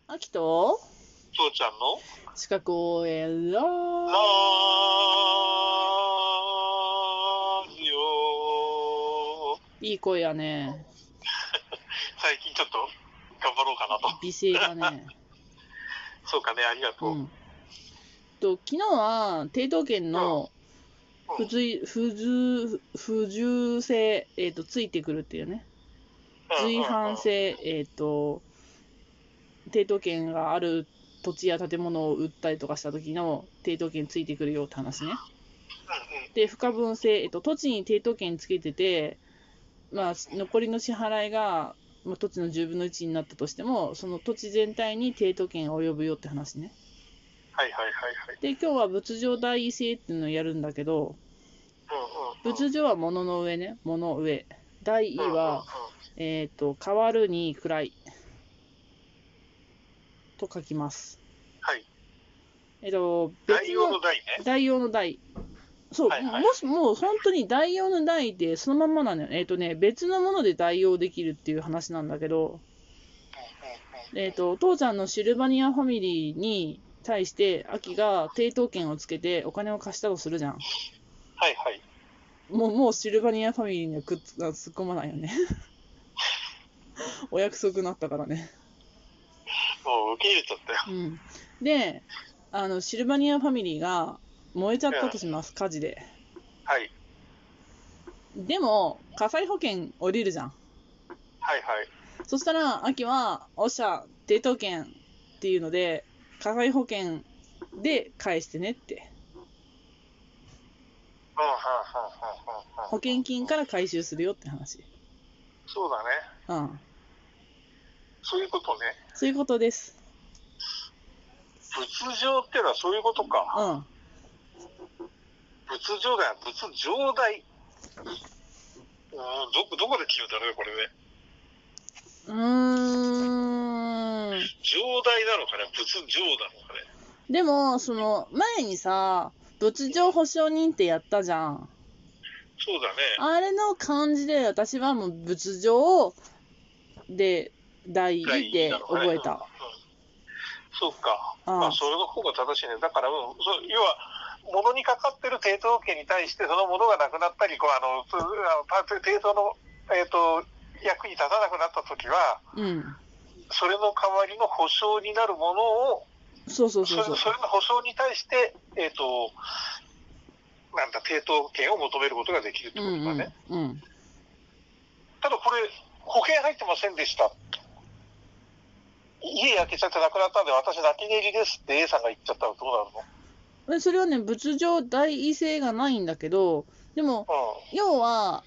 あきと父ちゃんの資格を得ろラジオ。 いい声やね。 最近ちょっと頑張ろうかなと。 美声だね。 そうかね、ありがとう。 昨日は抵当権の不随性、ついてくるっていうね。随伴性、抵当権がある土地や建物を売ったりとかした時の抵当権ついてくるよって話ね。で、不可分性、土地に抵当権つけてて、残りの支払いが、土地の10分の1になったとしても、その土地全体に抵当権が及ぶよって話ね。 はいはいはいはい。 で、今日は物上代位性っていうのをやるんだけど、物上は物の上ね、物上。代位は、変わるに位と書きます。 はい。 別の代用の代ね。 代用の代。そう、 はいはい、 もう本当に代用の代でそのまんまなのよ。別のもので代用できるっていう話なんだけど、父ちゃんのシルバニアファミリーに対して、アキが抵当権をつけてお金を貸したとするじゃん。 はいはい。 もうシルバニアファミリーには突っ込まないよね。お約束になったからね。 もう受け入れちゃったよ。 で、シルバニアファミリーが燃えちゃったとします、火事で。 はい。 でも、火災保険降りるじゃん。 はいはい。 そしたら、アキは、おっしゃ、抵当権っていうので、火災保険で返してねって。保険金から回収するよって話。 そうだね。そういうことね。 そういうことです。 物上ってのはそういうことか。物上だよ。物上代。どこで切るんだろうね、これね。上代なのかね、物上なのかね。 でも、その前にさ、物上保証人ってやったじゃん。 そうだね。 あれの感じで私はもう物上で代位で覚えた。 そうか。それの方が正しいね。だから、要は、物にかかってる抵当権に対して、その物がなくなったり、抵当の、役に立たなくなったときは、それの代わりの保証になるものを、それの保証に対して、抵当権を求めることができるってことだね。ただこれ、保険入ってませんでした。家焼けちゃってなくなったんで、私泣き寝入りですって A さんが言っちゃったらどうなるの？ それはね、物上代位性がないんだけど、でも、要は、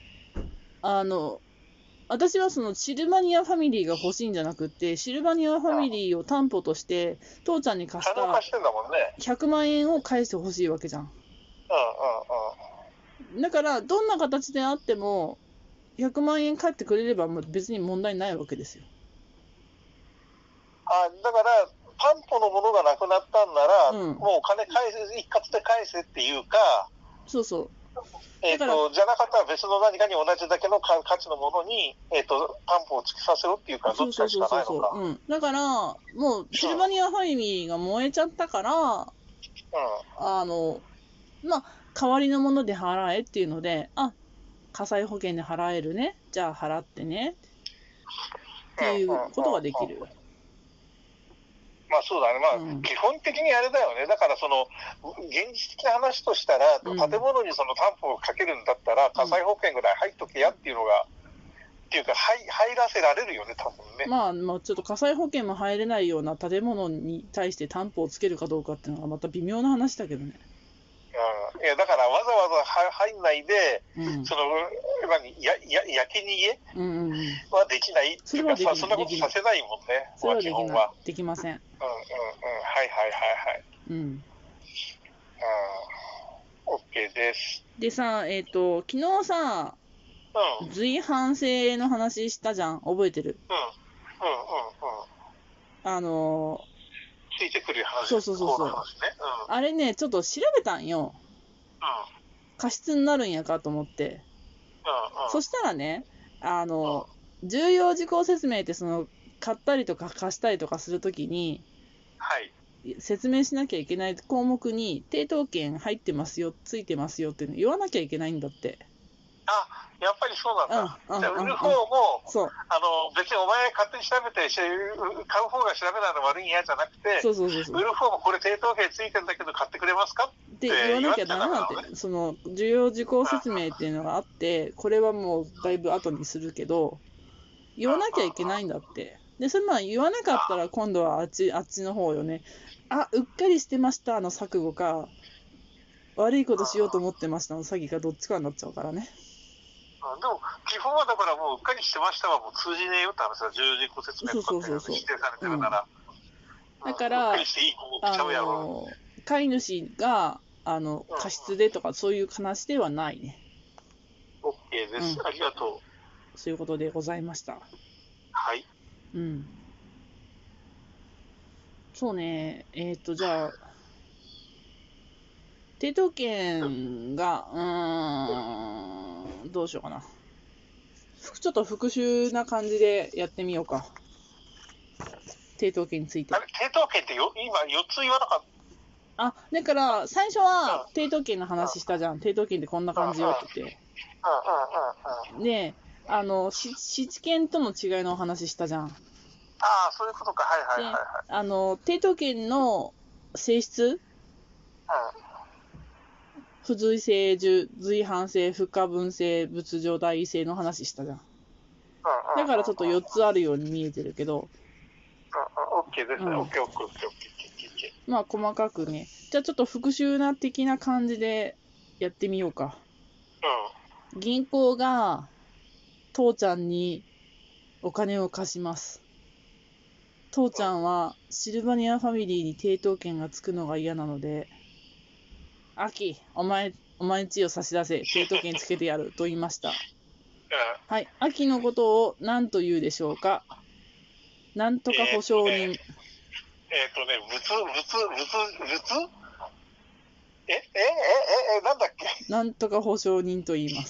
私はそのシルバニアファミリーが欲しいんじゃなくて、シルバニアファミリーを担保として、父ちゃんに貸した100万円を返してほしいわけじゃん。だから、どんな形であっても、100万円返ってくれれば別に問題ないわけですよ。 だから、担保のものがなくなったんなら、もうお金返せ、一括で返せっていうか、 そうそう。 じゃなかったら別の何かに同じだけの価値のものに、担保をつけさせろっていうか、どっちかしかないのか。 だから、もう、シルバニアファミリーが燃えちゃったから、代わりのもので払えっていうので、火災保険で払えるね。じゃあ払ってね。っていうことができる。 そうだね。基本的にあれだよね。だから現実的な話としたら、建物にその担保をかけるんだったら、火災保険ぐらい入っとけやっていうのが、っていうか、入らせられるよね、多分ね。 ちょっと火災保険も入れないような建物に対して担保をつけるかどうかっていうのがまた微妙な話だけどね。 いや、だからわざわざ入んないで、焼け逃げはできないっていうかさ、そんなことさせないもんね、 それはできない。できません。 はい。OK です。 でさ、昨日さ、随伴性の話したじゃん。覚えてる？ ついてくる話。 そう。あれね、ちょっと調べたんよ。過失になるんやかと思って。そしたらね、重要事項説明ってその買ったりとか貸したりとかするときに、 はい。 説明しなきゃいけない項目に、抵当権入ってますよ、ついてますよっていうの言わなきゃいけないんだって。 あ、やっぱりそうなんだ。じゃあ売る方も、別にお前勝手に調べて、買う方が調べないの悪いんやじゃなくて、売る方もこれ抵当権ついてるんだけど買ってくれますかって言わなきゃダメなんって、その重要事項説明っていうのがあって、これはもうだいぶ後にするけど、言わなきゃいけないんだって。で、それまあ言わなかったら今度はあっちの方よね。うっかりしてましたの錯誤か、悪いことしようと思ってましたの詐欺か、どっちかになっちゃうからね。 でも、基本はだからもううっかりしてましたはもう通じねえよって話だ、重要事項説明とかって指定されてるなら。 だから、飼い主が過失でとかそういう話ではないね。 OK です、ありがとう。そういうことでございました。 はい。 うん。そうね、じゃあ、抵当権が、どうしようかな。ちょっと復習な感じでやってみようか。抵当権について。 あれ、抵当権って今4つ言わなかった？ だから最初は抵当権の話したじゃん。抵当権ってこんな感じよって言って。で、質権との違いのお話したじゃん。 そういうことか。はいはいはいはい。 抵当権の性質、不随性、随伴性、不可分性、物上代位性の話したじゃん。だからちょっと4つあるように見えてるけど。 OK ですね。OK。 まあ細かくね。じゃあちょっと復習な的な感じでやってみようか。銀行が父ちゃんにお金を貸します。父ちゃんはシルバニアファミリーに抵当権がつくのが嫌なので、アキ、お前んちを差し出せ、抵当権つけてやると言いました。はい、アキのことを何と言うでしょうか。なんとか保証人。 なんだっけ。 なんとか保証人と言います。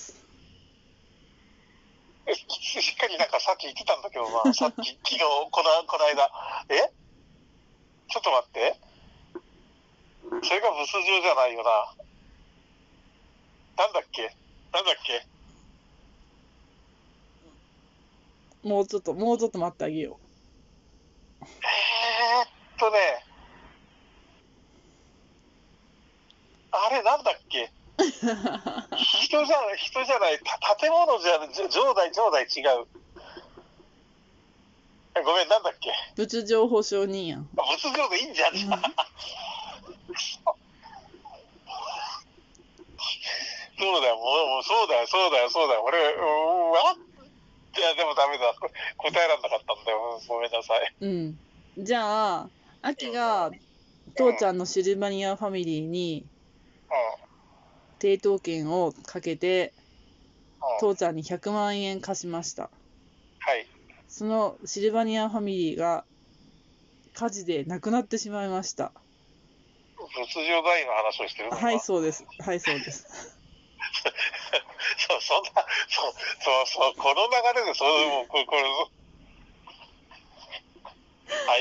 しっかりなんかさっき言ってたんだけどな、さっき、昨日、この間。ちょっと待って。それが物上じゃないよな。なんだっけ。 もうちょっと待ってあげよう。 あれなんだっけ。人じゃない、建物じゃない、上代違う。ごめん、なんだっけ。 物上保証人やん。 物上でいいんじゃん。そうだよ。俺、いや、でもダメだ。答えられなかったんだよ。ごめんなさい。 じゃあ、アキが父ちゃんのシルバニアファミリーに抵当権をかけて、父ちゃんに100万円貸しました。 はい。 そのシルバニアファミリーが火事で亡くなってしまいました。 物上代の話をしてるのか。 はい、そうです。 そんな、この流れで、はい。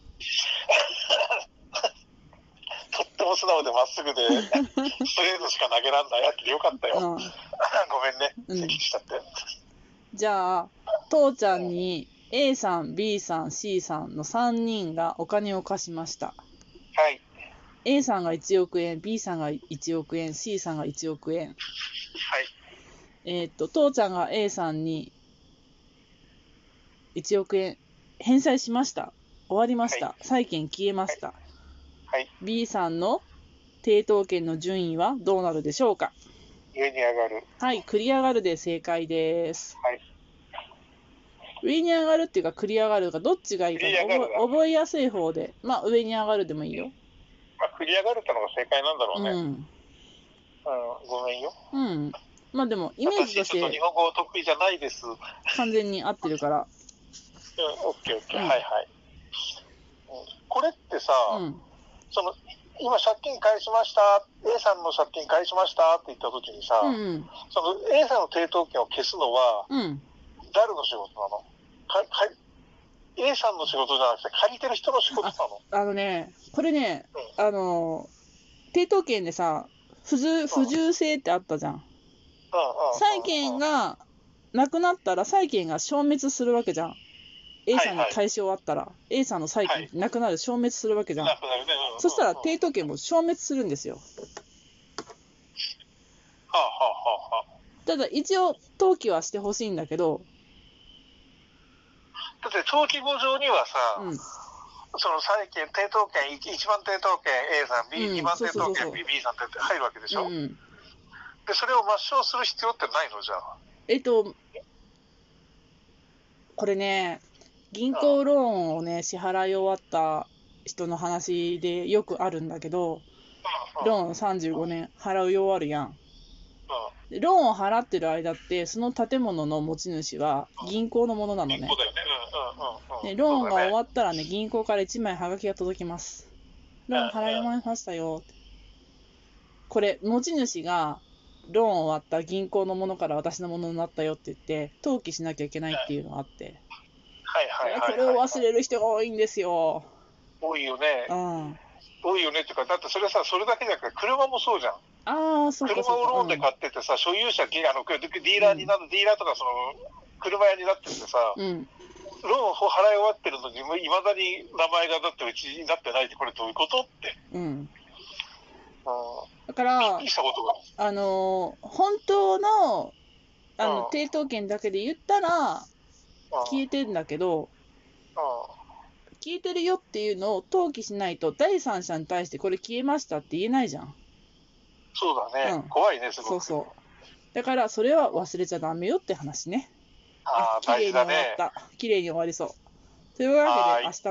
とっても素直でまっすぐで、ストレートしか投げらんないやってよかったよ。ごめんね、咳しちゃって。 じゃあ、父ちゃんに A さん、B さん、C さんの3人がお金を貸しました。 はい。 A さんが1億円、B さんが1億円、C さんが1億円。 はい。 父ちゃんが A さんに1億円返済しました。終わりました。債権消えました。 はい。 B さんの抵当権の順位はどうなるでしょうか。 上に上がる。 はい、繰り上がるで正解です。 はい。 上に上がるっていうか繰り上がるかどっちがいいか覚えやすい方で、まあ上に上がるでもいいよ。 繰り上がるってのが正解なんだろうね。ごめんよ。 まあでもイメージとして私ちょっと日本語得意じゃないです。 完全に合ってるから。 オッケー、はいはい。これってさ、今借金返しました、A さんの借金返しましたって言った時にさ、その A さんの抵当権を消すのは、誰の仕事なの？ A さんの仕事じゃなくて、借りてる人の仕事なの？ これね、抵当権でさ、不従性ってあったじゃん。債権がなくなったら債権が消滅するわけじゃん。A さんに対象あったら、A さんの債権なくなる、消滅するわけじゃん。そしたら抵当権も消滅するんですよ。ただ一応登記はしてほしいんだけど、 だって登記簿上にはさ、その債権、抵当権、1番抵当権 A さん、2番抵当権 B さんって入るわけでしょ。で、それを抹消する必要ってないのじゃあ。 これね、銀行ローンをね、支払い終わった人の話でよくあるんだけど、ローン35年払い終わるやん。ローンを払ってる間って、その建物の持ち主は銀行のものなのね。ローンが終わったらね、銀行から1枚はがきが届きます。ローン払い終わりましたよ。これ、持ち主がローン終わった銀行のものから私のものになったよって言って、登記しなきゃいけないっていうのがあって。これを忘れる人が多いんですよ。 多いよね。多いよねっていうか、だってそれさ、それだけじゃなくて、車もそうじゃん。 そうか車をローンで買っててさ、所有者、ディーラーになる、ディーラーとかその車屋になっててさ、ローンを払い終わってるのに、いまだに名前がだってうちになってないって、これどういうことって。 だから、 びっくりしたことが。 本当の、抵当権だけで言ったら、消えてんだけど、消えてるよっていうのを登記しないと、第三者に対してこれ消えましたって言えないじゃん。 そうだね。怖いね、すごく。 そう。だから、それは忘れちゃダメよって話ね。 大事だね。 綺麗に終わりそう。というわけで、明日